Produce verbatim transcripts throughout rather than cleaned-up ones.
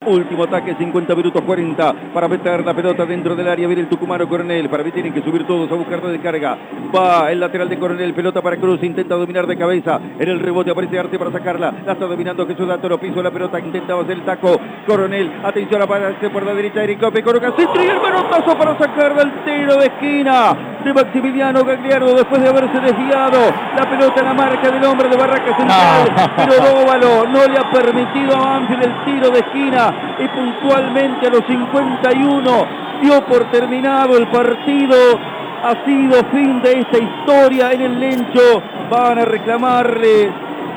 Último ataque, cincuenta minutos cuarenta para meter la pelota dentro del área. Viene el tucumano Coronel. Para mí tienen que subir todos a buscar de carga. Va el lateral de Coronel. Pelota para Cruz. Intenta dominar de cabeza. En el rebote aparece Arte para sacarla. La está dominando Jesús Dátoro. Piso la pelota. Intentaba hacer el taco. Coronel. Atención a aparece por la derecha. Eric López. Coloca centro y el manotazo para sacar del tiro de esquina de Maximiliano Gagliardo después de haberse desviado. La pelota en la marca del hombre de Barracas Central. No. Pero Dóvalo no le ha permitido a Banfield el tiro de esquina. Y puntualmente a los cincuenta y uno dio por terminado el partido. Ha sido fin de esta historia en el Lencho. Van a reclamarle.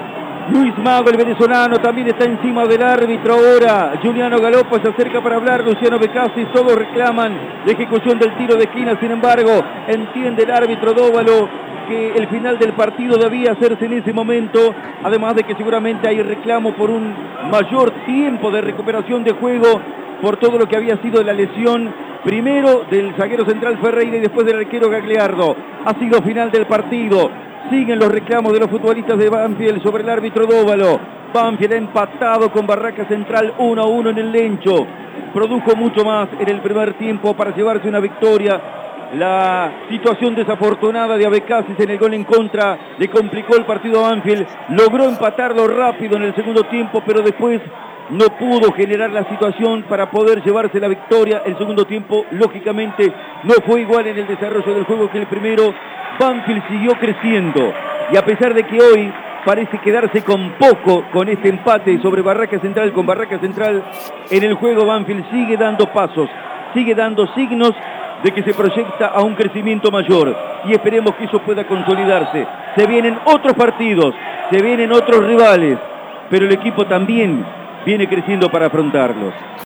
Luis Mago, el venezolano, también está encima del árbitro ahora. Juliano Galopo se acerca para hablar. Luciano Becassi, todos reclaman la ejecución del tiro de esquina. Sin embargo, entiende el árbitro Dóvalo que el final del partido debía hacerse en ese momento. Además de que seguramente hay reclamo por un mayor tiempo de recuperación de juego por todo lo que había sido la lesión. Primero del zaguero central Ferreira y después del arquero Gagliardo. Ha sido final del partido. Siguen los reclamos de los futbolistas de Banfield sobre el árbitro Dóvalo. Banfield ha empatado con Barracas Central uno a uno en el Lencho. Produjo mucho más en el primer tiempo para llevarse una victoria. La situación desafortunada de Abecasis en el gol en contra le complicó el partido a Banfield. Logró empatarlo rápido en el segundo tiempo, pero después no pudo generar la situación para poder llevarse la victoria. El segundo tiempo, lógicamente, no fue igual en el desarrollo del juego que el primero. Banfield siguió creciendo y a pesar de que hoy parece quedarse con poco con este empate sobre Barracas Central, con Barracas Central en el juego, Banfield sigue dando pasos, sigue dando signos de que se proyecta a un crecimiento mayor y esperemos que eso pueda consolidarse. Se vienen otros partidos, se vienen otros rivales, pero el equipo también viene creciendo para afrontarlos.